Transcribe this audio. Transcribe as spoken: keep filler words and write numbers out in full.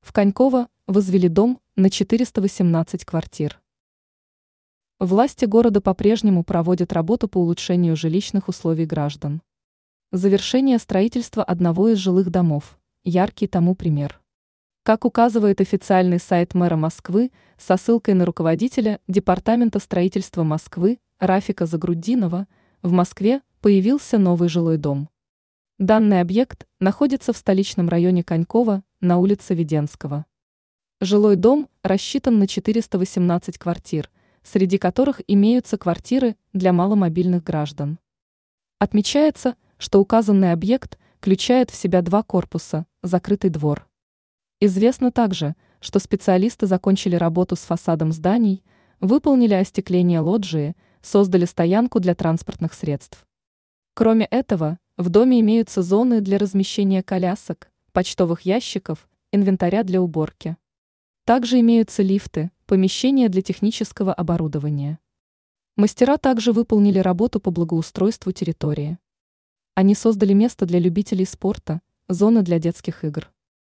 В Коньково возвели дом на четыреста восемнадцать квартир. Власти города по-прежнему проводят работу по улучшению жилищных условий граждан. Завершение строительства одного из жилых домов – яркий тому пример. Как указывает официальный сайт мэра Москвы со ссылкой на руководителя Департамента строительства Москвы Рафика Загруддинова, в Москве появился новый жилой дом. Данный объект находится в столичном районе Коньково на улице Веденского. Жилой дом рассчитан на четыреста восемнадцать квартир, среди которых имеются квартиры для маломобильных граждан. Отмечается, что указанный объект включает в себя два корпуса, закрытый двор. Известно также, что специалисты закончили работу с фасадом зданий, выполнили остекление лоджии, создали стоянку для транспортных средств. Кроме этого, в доме имеются зоны для размещения колясок, почтовых ящиков, инвентаря для уборки. Также имеются лифты, помещения для технического оборудования. Мастера также выполнили работу по благоустройству территории. Они создали место для любителей спорта, зоны для детских игр.